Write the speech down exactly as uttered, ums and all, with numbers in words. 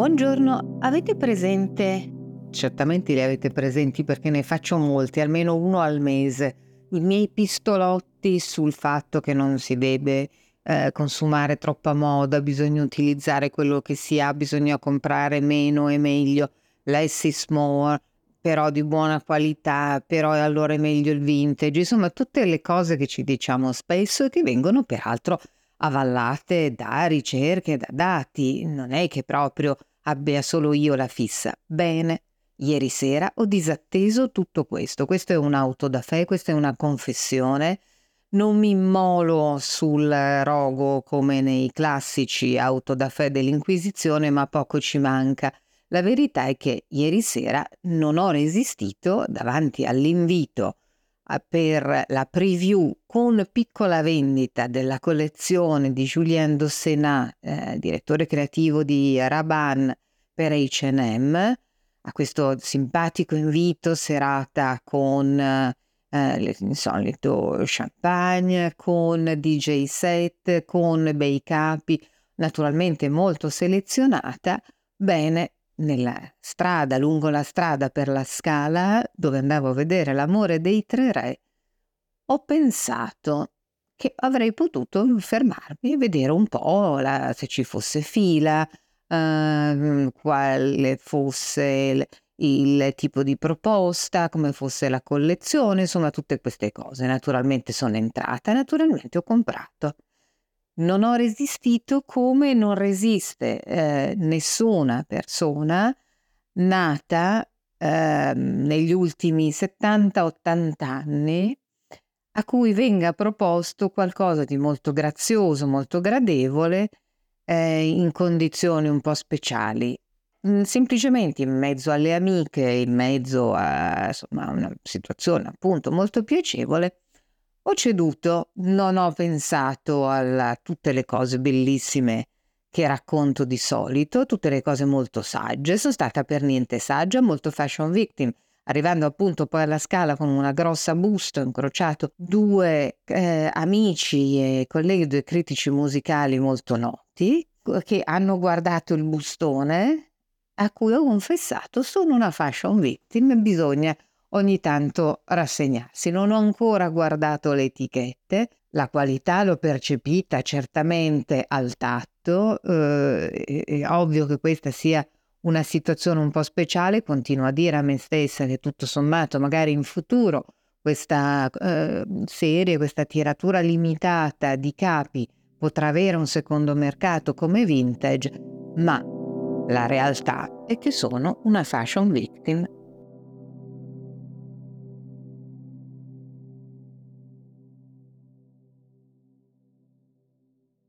Buongiorno, avete presente? Certamente li avete presenti perché ne faccio molti, almeno uno al mese. I miei pistolotti sul fatto che non si deve eh, consumare troppa moda, bisogna utilizzare quello che si ha, bisogna comprare meno e meglio, less is more, però di buona qualità, però allora è meglio il vintage, insomma tutte le cose che ci diciamo spesso e che vengono peraltro avallate da ricerche, da dati, non è che proprio abbia solo io la fissa. Bene, ieri sera ho disatteso tutto questo, questo è un'auto da fè, questa è una confessione, non mi immolo sul rogo come nei classici auto da fè dell'Inquisizione, ma poco ci manca. La verità è che ieri sera non ho resistito davanti all'invito per la preview con piccola vendita della collezione di Julien Dossenat, eh, direttore creativo di Rabanne per acca e emme, a questo simpatico invito serata con eh, il solito champagne, con D J set, con bei capi, naturalmente molto selezionata. Bene, nella strada, lungo la strada per la Scala, dove andavo a vedere l'amore dei tre re, ho pensato che avrei potuto fermarmi e vedere un po' la- se ci fosse fila, ehm, quale fosse il, il tipo di proposta, come fosse la collezione, insomma tutte queste cose. Naturalmente sono entrata, naturalmente ho comprato. Non ho resistito come non resiste eh, nessuna persona nata ehm, negli ultimi settanta ottanta anni a cui venga proposto qualcosa di molto grazioso, molto gradevole, eh, in condizioni un po' speciali. Mm, semplicemente in mezzo alle amiche, in mezzo a insomma, una situazione appunto molto piacevole, ho ceduto, non ho pensato a tutte le cose bellissime che racconto di solito, tutte le cose molto sagge. Sono stata per niente saggia, molto fashion victim, arrivando appunto poi alla Scala con una grossa busta, ho incrociato due eh, amici e colleghi, due critici musicali molto noti, che hanno guardato il bustone, a cui ho confessato: sono una fashion victim, bisogna ogni tanto rassegnarsi. Non ho ancora guardato le etichette, la qualità l'ho percepita certamente al tatto, eh, è, è ovvio che questa sia una situazione un po' speciale, continuo a dire a me stessa che tutto sommato magari in futuro questa eh, serie, questa tiratura limitata di capi potrà avere un secondo mercato come vintage, ma la realtà è che sono una fashion victim